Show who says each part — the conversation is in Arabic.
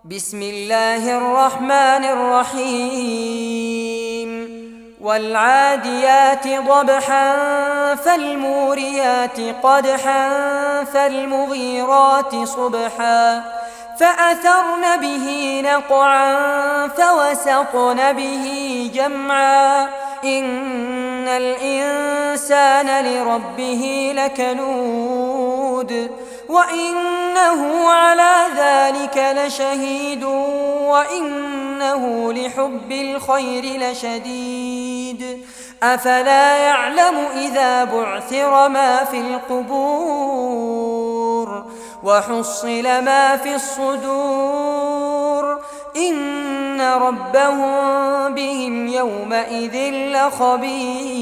Speaker 1: بسم الله الرحمن الرحيم والعاديات ضبحا فالموريات قدحا فالمغيرات صبحا فأثرن به نقعا فوسطن به جمعا إن الإنسان لربه لكنود وإنه على ذلك لشهيد وإنه لحب الخير لشديد أفلا يعلم إذا بعثر ما في القبور وحصل ما في الصدور إن ربهم بهم يومئذ لخبير.